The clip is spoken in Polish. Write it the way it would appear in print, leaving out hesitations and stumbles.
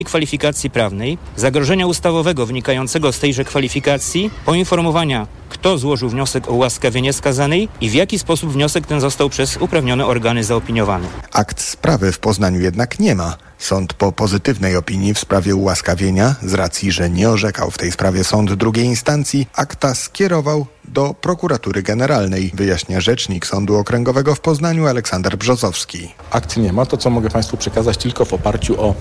kwalifikacji prawnej, zagrożenia ustawowego wynikającego z tejże kwalifikacji, poinformowania, kto złożył wniosek o ułaskawienie skazanej i w jaki sposób wniosek ten został przez uprawnione organy zaopiniowany. Akt sprawy w Poznaniu jednak nie ma. Sąd po pozytywnej opinii w sprawie ułaskawienia, z racji, że nie orzekał w tej sprawie sąd drugiej instancji, akta skierował do prokuratury generalnej, wyjaśnia rzecznik Sądu Okręgowego w Poznaniu Aleksander Brzozowski. Akt nie ma, to co mogę Państwu przekazać tylko w oparciu o